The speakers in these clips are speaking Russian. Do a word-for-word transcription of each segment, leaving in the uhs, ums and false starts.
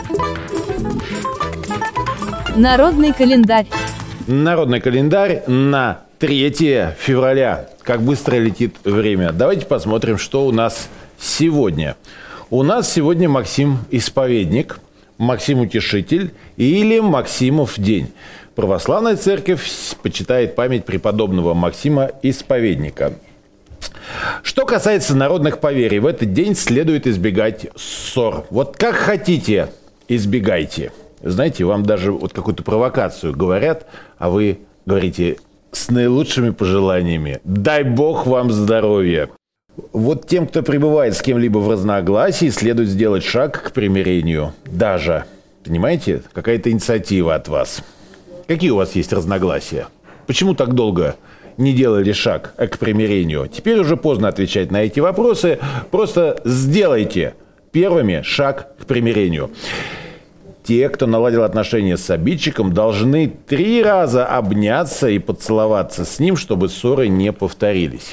Народный календарь. Народный календарь на третье февраля. Как быстро летит время. Давайте посмотрим, что у нас сегодня. У нас сегодня Максим Исповедник, Максим Утешитель или Максимов день. Православная церковь почитает память преподобного Максима Исповедника. Что касается народных поверий, в этот день следует избегать ссор. Вот как хотите, избегайте. Знаете, вам даже вот какую-то провокацию говорят, а вы говорите с наилучшими пожеланиями. Дай Бог вам здоровья. Вот тем, кто пребывает с кем-либо в разногласии, следует сделать шаг к примирению. Даже, понимаете, какая-то инициатива от вас. Какие у вас есть разногласия? Почему так долго не делали шаг к примирению? Теперь уже поздно отвечать на эти вопросы. Просто сделайте первыми шаг к примирению. Те, кто наладил отношения с обидчиком, должны три раза обняться и поцеловаться с ним, чтобы ссоры не повторились.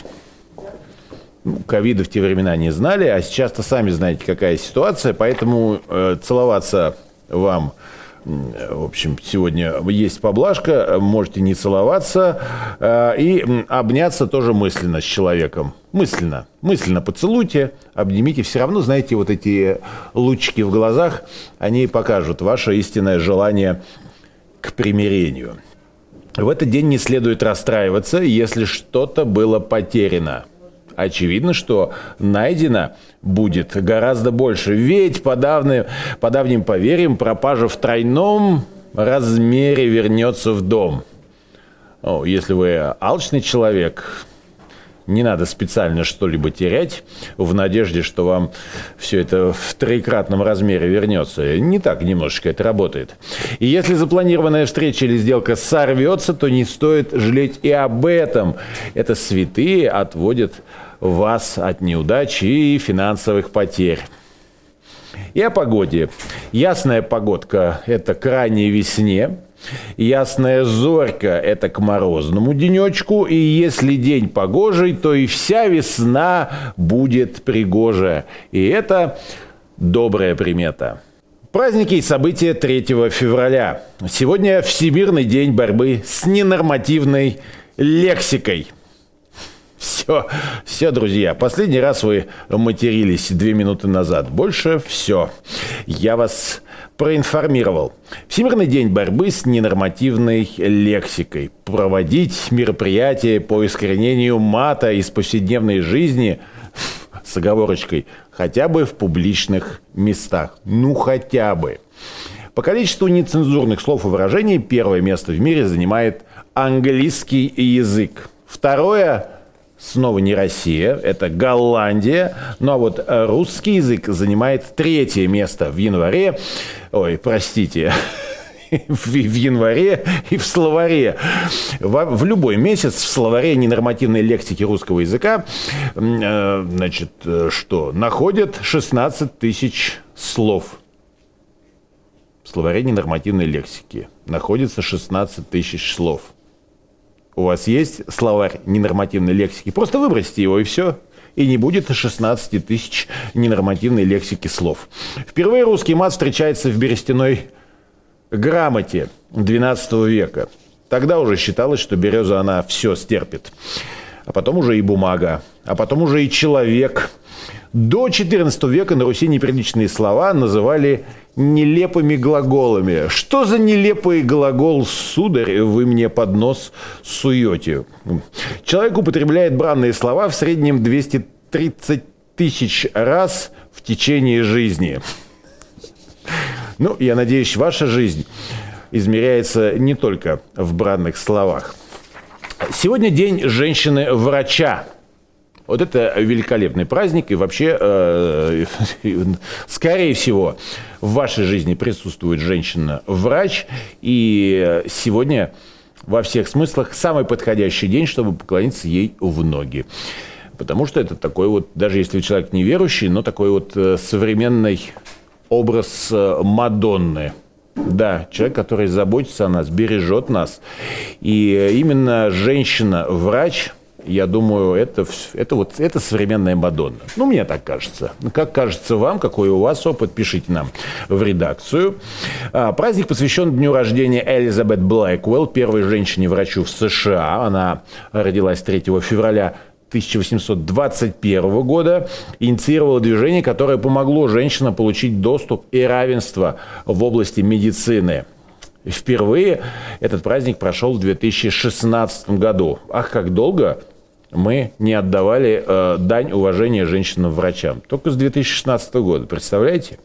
Ну, ковида в те времена не знали, а сейчас-то сами знаете, какая ситуация, поэтому э, целоваться вам, в общем, сегодня есть поблажка, можете не целоваться э, и обняться тоже мысленно с человеком. Мысленно, мысленно поцелуйте, обнимите. Все равно, знаете, вот эти лучики в глазах, они покажут ваше истинное желание к примирению. В этот день не следует расстраиваться, если что-то было потеряно. Очевидно, что найдено будет гораздо больше. Ведь по давним, по давним поверьям пропажа в тройном размере вернется в дом. О, если вы алчный человек, не надо специально что-либо терять в надежде, что вам все это в троекратном размере вернется. Не так немножечко это работает. И если запланированная встреча или сделка сорвется, то не стоит жалеть и об этом. Это святые отводят вас от неудач и финансовых потерь. И о погоде. Ясная погодка – это к ранней весне. Ясная зорька – это к морозному денечку. И если день погожий, то и вся весна будет пригожая. И это добрая примета. Праздники и события третьего февраля. Сегодня Всемирный день борьбы с ненормативной лексикой. Все, все, друзья. Последний раз вы матерились две минуты назад. Больше все. Я вас проинформировал. Всемирный день борьбы с ненормативной лексикой. Проводить мероприятия по искоренению мата из повседневной жизни с оговорочкой хотя бы в публичных местах. Ну, хотя бы. По количеству нецензурных слов и выражений первое место в мире занимает английский язык. Второе – снова не Россия, это Голландия. Ну а вот русский язык занимает третье место в январе. Ой, простите, в, в январе и в словаре. В, в любой месяц в словаре ненормативной лексики русского языка, э, значит, что? Находят шестнадцать тысяч слов. В словаре ненормативной лексики находится шестнадцать тысяч слов. У вас есть словарь ненормативной лексики? Просто выбросьте его, и все. И не будет шестнадцати тысяч ненормативной лексики слов. Впервые русский мат встречается в берестяной грамоте двенадцатого века. Тогда уже считалось, что береза, она все стерпит. А потом уже и бумага. А потом уже и человек. До четырнадцатого века на Руси неприличные слова называли нелепыми глаголами. Что за нелепый глагол, сударь, вы мне под нос суете? Человек употребляет бранные слова в среднем двести тридцать тысяч раз в течение жизни. Ну, я надеюсь, ваша жизнь измеряется не только в бранных словах. Сегодня день женщины-врача. Вот это великолепный праздник, и вообще, э, скорее всего, в вашей жизни присутствует женщина-врач, и сегодня во всех смыслах самый подходящий день, чтобы поклониться ей в ноги. Потому что это такой вот, даже если человек неверующий, но такой вот современный образ Мадонны. Да, человек, который заботится о нас, бережет нас. И именно женщина-врач я думаю, это, это, вот, это современная Мадонна. Ну, мне так кажется. Как кажется вам, какой у вас опыт, пишите нам в редакцию. А, праздник посвящен дню рождения Элизабет Блэквелл, первой женщине-врачу в США. Она родилась третьего февраля тысяча восемьсот двадцать первого года, инициировала движение, которое помогло женщинам получить доступ и равенство в области медицины. Впервые этот праздник прошел в две тысячи шестнадцатом году. Ах, как долго мы не отдавали э, дань уважения женщинам-врачам. Только с две тысячи шестнадцатого года, представляете?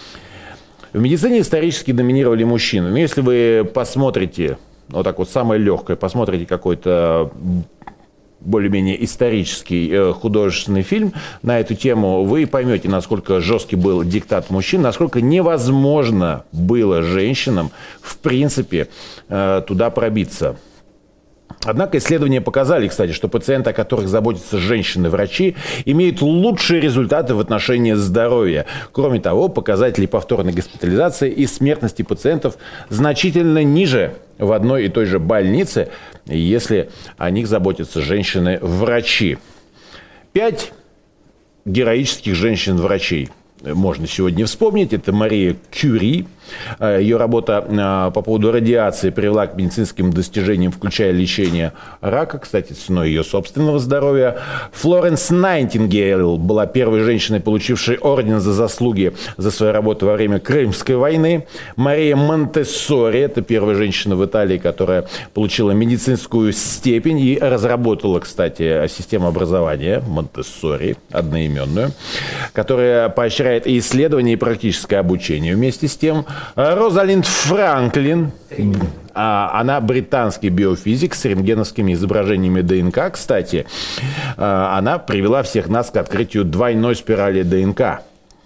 В медицине исторически доминировали мужчины. Но если вы посмотрите, вот так вот самое легкое, посмотрите какой-то более-менее исторический э, художественный фильм на эту тему, вы поймете, насколько жесткий был диктат мужчин, насколько невозможно было женщинам, в принципе, э, туда пробиться. Однако исследования показали, кстати, что пациенты, о которых заботятся женщины-врачи, имеют лучшие результаты в отношении здоровья. Кроме того, показатели повторной госпитализации и смертности пациентов значительно ниже в одной и той же больнице, если о них заботятся женщины-врачи. Пять героических женщин-врачей можно сегодня вспомнить. Это Мария Кюри. Ее работа по поводу радиации привела к медицинским достижениям, включая лечение рака, кстати, ценой ее собственного здоровья. Флоренс Найтингейл была первой женщиной, получившей орден за заслуги за свою работу во время Крымской войны. Мария Монтессори – это первая женщина в Италии, которая получила медицинскую степень и разработала, кстати, систему образования Монтессори, одноименную, которая поощряет и исследование, и практическое обучение. Вместе с тем, Розалинд Франклин, она британский биофизик с рентгеновскими изображениями ДНК. Кстати, она привела всех нас к открытию двойной спирали ДНК.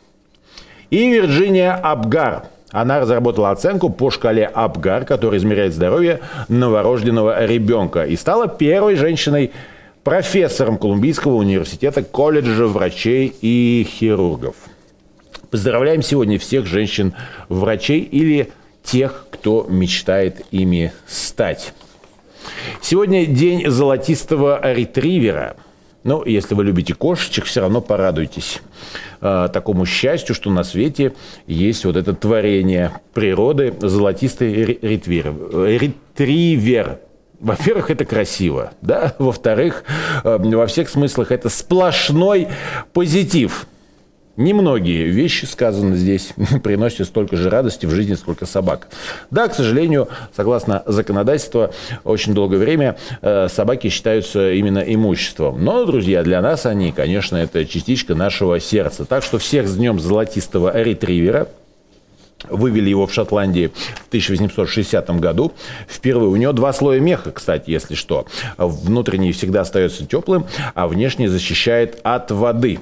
И Вирджиния Апгар. Она разработала оценку по шкале Апгар, которая измеряет здоровье новорожденного ребенка. И стала первой женщиной профессором Колумбийского университета, колледжа врачей и хирургов. Поздравляем сегодня всех женщин-врачей или тех, кто мечтает ими стать. Сегодня день золотистого ретривера. Ну, если вы любите кошечек, все равно порадуйтесь э, такому счастью, что на свете есть вот это творение природы, золотистый ретривер. Ретривер. Во-первых, это красиво, да? Во-вторых, э, во всех смыслах это сплошной позитив. Немногие вещи, сказаны здесь, приносят столько же радости в жизни, сколько собак. Да, к сожалению, согласно законодательству, очень долгое время э, собаки считаются именно имуществом. Но, друзья, для нас они, конечно, это частичка нашего сердца. Так что всех с днем золотистого ретривера. Вывели его в Шотландии в тысяча восемьсот шестидесятом году. Впервые. У него два слоя меха, кстати, если что. Внутренний всегда остается теплым, а внешний защищает от воды.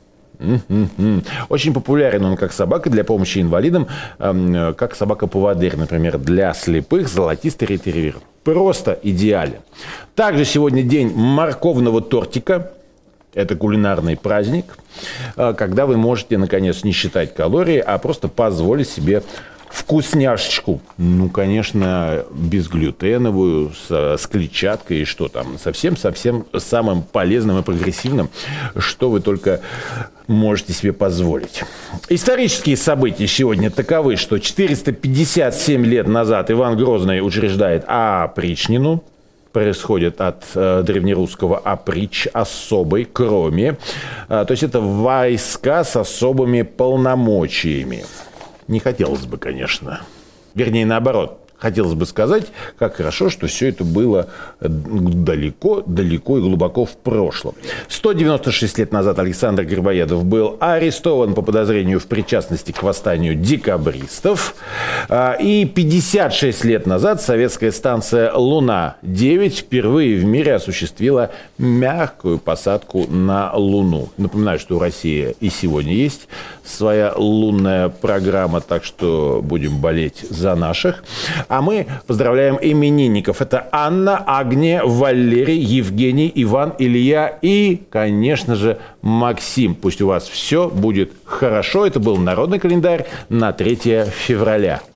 Очень популярен он как собака для помощи инвалидам, как собака-поводырь, например, для слепых. Золотистый ретривер. Просто идеален. Также сегодня день морковного тортика. Это кулинарный праздник, когда вы можете, наконец, не считать калории, а просто позволить себе вкусняшечку. Ну, конечно, безглютеновую, с, с клетчаткой и что там. Совсем-совсем самым полезным и прогрессивным, что вы только можете себе позволить. Исторические события сегодня таковы, что четыреста пятьдесят семь лет назад Иван Грозный учреждает опричнину. Происходит от э, древнерусского «оприч», особый, кроме. Э, то есть это войска с особыми полномочиями. Не хотелось бы, конечно. Вернее, наоборот. Хотелось бы сказать, как хорошо, что все это было далеко, далеко и глубоко в прошлом. сто девяносто шесть лет назад Александр Грибоедов был арестован по подозрению в причастности к восстанию декабристов. И пятьдесят шесть лет назад советская станция «Луна-девять» впервые в мире осуществила мягкую посадку на Луну. Напоминаю, что у России и сегодня есть своя лунная программа, так что будем болеть за наших. А мы поздравляем именинников. Это Анна, Агния, Валерий, Евгений, Иван, Илья и, конечно же, Максим. Пусть у вас все будет хорошо. Это был народный календарь на третье февраля.